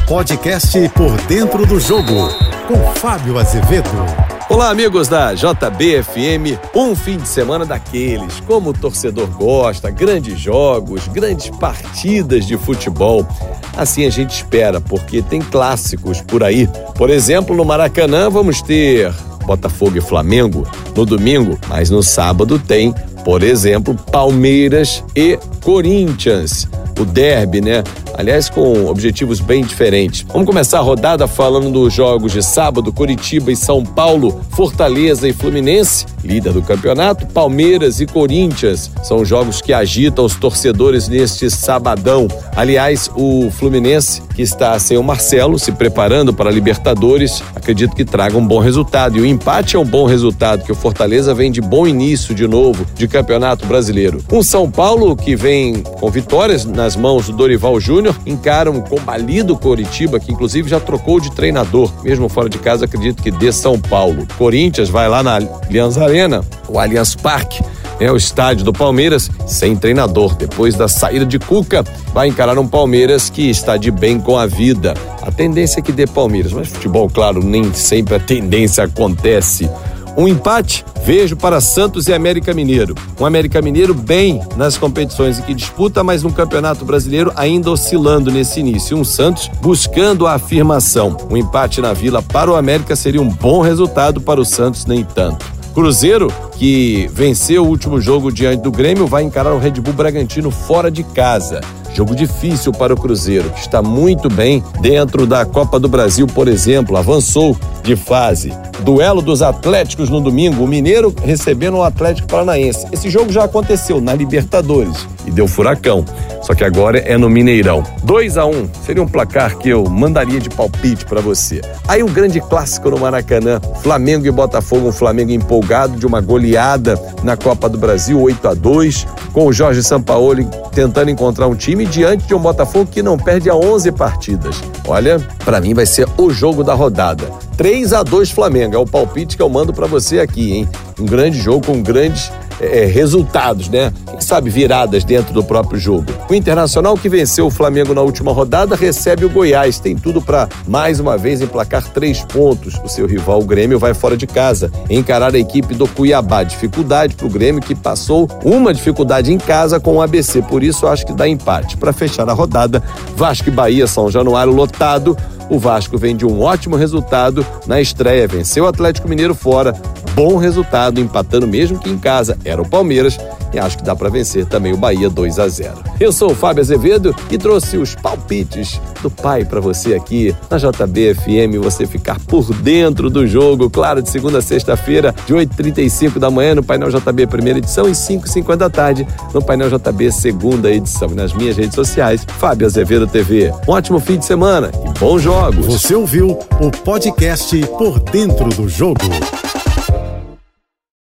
Podcast Por Dentro do Jogo, com Fábio Azevedo. Olá, amigos da JBFM, um fim de semana daqueles, como o torcedor gosta, grandes jogos, grandes partidas de futebol. Assim a gente espera, porque tem clássicos por aí. Por exemplo, no Maracanã vamos ter Botafogo e Flamengo no domingo, mas no sábado tem, por exemplo, Palmeiras e Corinthians. O derby, né? Aliás, com objetivos bem diferentes. Vamos começar a rodada falando dos jogos de sábado: Curitiba e São Paulo, Fortaleza e Fluminense, líder do campeonato, Palmeiras e Corinthians. São jogos que agitam os torcedores neste sabadão. Aliás, o Fluminense, que está sem o Marcelo, se preparando para a Libertadores, acredito que traga um bom resultado. E o empate é um bom resultado, que o Fortaleza vem de bom início de novo de campeonato brasileiro. Um São Paulo que vem com vitórias nas mãos do Dorival Júnior, encara um combalido Coritiba, que inclusive já trocou de treinador, mesmo fora de casa, acredito que dê São Paulo. Corinthians vai lá na Allianz Arena, o Allianz Parque, o estádio do Palmeiras, sem treinador. Depois da saída de Cuca, vai encarar um Palmeiras que está de bem com a vida. A tendência é que dê Palmeiras, mas futebol, claro, nem sempre a tendência acontece. Um empate, vejo para Santos e América Mineiro. Um América Mineiro bem nas competições em que disputa, mas no Campeonato Brasileiro ainda oscilando nesse início. Um Santos buscando a afirmação. Um empate na Vila para o América seria um bom resultado, para o Santos nem tanto. Cruzeiro, que venceu o último jogo diante do Grêmio, vai encarar o Red Bull Bragantino fora de casa. Jogo difícil para o Cruzeiro, que está muito bem dentro da Copa do Brasil, por exemplo, avançou de fase. Duelo dos Atléticos no domingo, o Mineiro recebendo o Atlético Paranaense. Esse jogo já aconteceu na Libertadores e deu furacão, só que agora é no Mineirão. 2-1 seria um placar que eu mandaria de palpite para você. Aí um grande clássico no Maracanã, Flamengo e Botafogo, um Flamengo empolgado de uma goleada na Copa do Brasil, 8-2, com o Jorge Sampaoli tentando encontrar um time diante de um Botafogo que não perde há 11 partidas. Olha, para mim vai ser o jogo da rodada. 3-2 Flamengo, é o palpite que eu mando para você aqui, hein? Um grande jogo com grandes resultados, né? Quem sabe viradas dentro do próprio jogo. O Internacional, que venceu o Flamengo na última rodada, recebe o Goiás. Tem tudo para, mais uma vez, emplacar 3 pontos. O seu rival, o Grêmio, vai fora de casa encarar a equipe do Cuiabá. Dificuldade para o Grêmio, que passou uma dificuldade em casa com o ABC. Por isso, acho que dá empate. Para fechar a rodada, Vasco e Bahia, São Januário lotado. O Vasco vem de um ótimo resultado na estreia, venceu o Atlético Mineiro fora, bom resultado, empatando mesmo que em casa, era o Palmeiras, e acho que dá para vencer também o Bahia 2-0. Eu sou o Fábio Azevedo e trouxe os palpites do pai para você aqui na JBFM, você ficar por dentro do jogo, claro, de segunda a sexta-feira, de 8h35 da manhã no Painel JB primeira edição e 5h50 da tarde no Painel JB segunda edição. E nas minhas redes sociais, Fábio Azevedo TV. Um ótimo fim de semana e bons jogos. Você ouviu o podcast Por Dentro do Jogo.